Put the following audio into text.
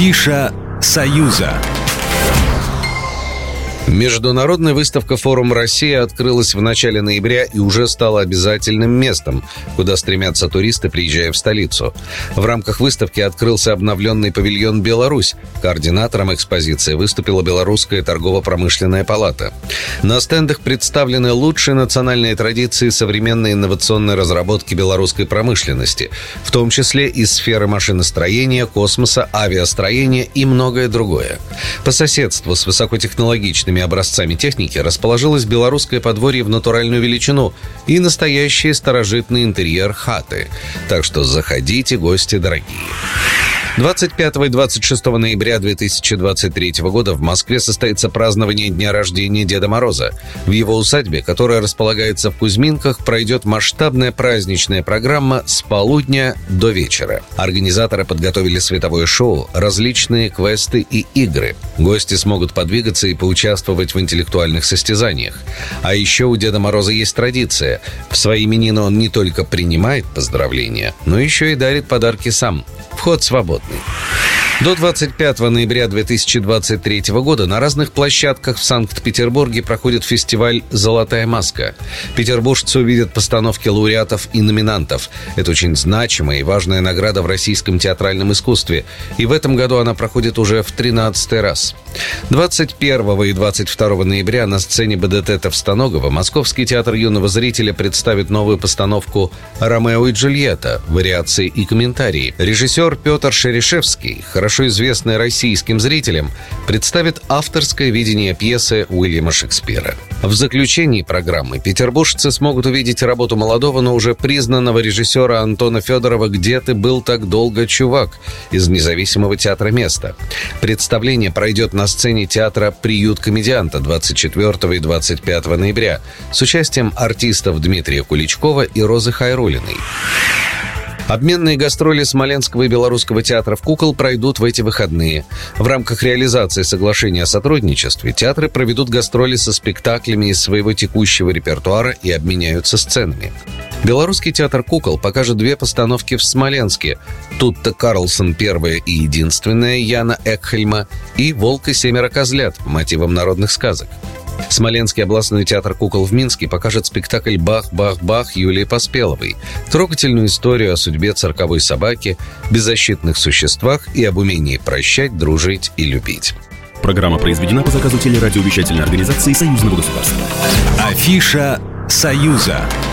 Афиша «Союза». Международная выставка «Форум Россия» открылась в начале ноября и уже стала обязательным местом, куда стремятся туристы, приезжая в столицу. В рамках выставки открылся обновленный павильон «Беларусь». Координатором экспозиции выступила Белорусская торгово-промышленная палата. На стендах представлены лучшие национальные традиции современной инновационной разработки белорусской промышленности, в том числе из сферы машиностроения, космоса, авиастроения и многое другое. По соседству с высокотехнологичными образцами техники расположилось белорусское подворье в натуральную величину и настоящий старожитный интерьер хаты. Так что заходите, гости дорогие. 25 и 26 ноября 2023 года в Москве состоится празднование дня рождения Деда Мороза. В его усадьбе, которая располагается в Кузьминках, пройдет масштабная праздничная программа с полудня до вечера. Организаторы подготовили световое шоу, различные квесты и игры. Гости смогут подвигаться и поучаствовать в интеллектуальных состязаниях. А еще у Деда Мороза есть традиция. В свои именины он не только принимает поздравления, но еще и дарит подарки сам. Вход свободный. До 25 ноября 2023 года на разных площадках в Санкт-Петербурге проходит фестиваль «Золотая маска». Петербуржцы увидят постановки лауреатов и номинантов. Это очень значимая и важная награда в российском театральном искусстве. И в этом году она проходит уже в 13-й раз. 21 и 22 ноября на сцене БДТ Товстоногова Московский театр юного зрителя представит новую постановку «Ромео и Джульетта. Вариации и комментарии». Режиссер Петр Шерешевский, хорошо известный российским зрителям, представит авторское видение пьесы Уильяма Шекспира. В заключении программы петербуржцы смогут увидеть работу молодого, но уже признанного режиссера Антона Федорова «Где ты был так долго, чувак?» из независимого театра «Место». Представление пройдет на сцене театра «Приют комедианта» 24 и 25 ноября с участием артистов Дмитрия Куличкова и Розы Хайруллиной. Обменные гастроли Смоленского и Белорусского театров кукол пройдут в эти выходные. В рамках реализации соглашения о сотрудничестве театры проведут гастроли со спектаклями из своего текущего репертуара и обменяются сценами. Белорусский театр кукол покажет 2 постановки в Смоленске. «Тутта Карлсон. Первая и единственная» Яна Экхельма и «Волк и 7 козлят» по мотивам народных сказок. Смоленский областной театр кукол в Минске покажет спектакль «Бах-бах-бах» Юлии Поспеловой, трогательную историю о судьбе цирковой собаки, беззащитных существах и об умении прощать, дружить и любить. Программа произведена по заказу телерадиовещательной организации Союзного государства. Афиша «Союза».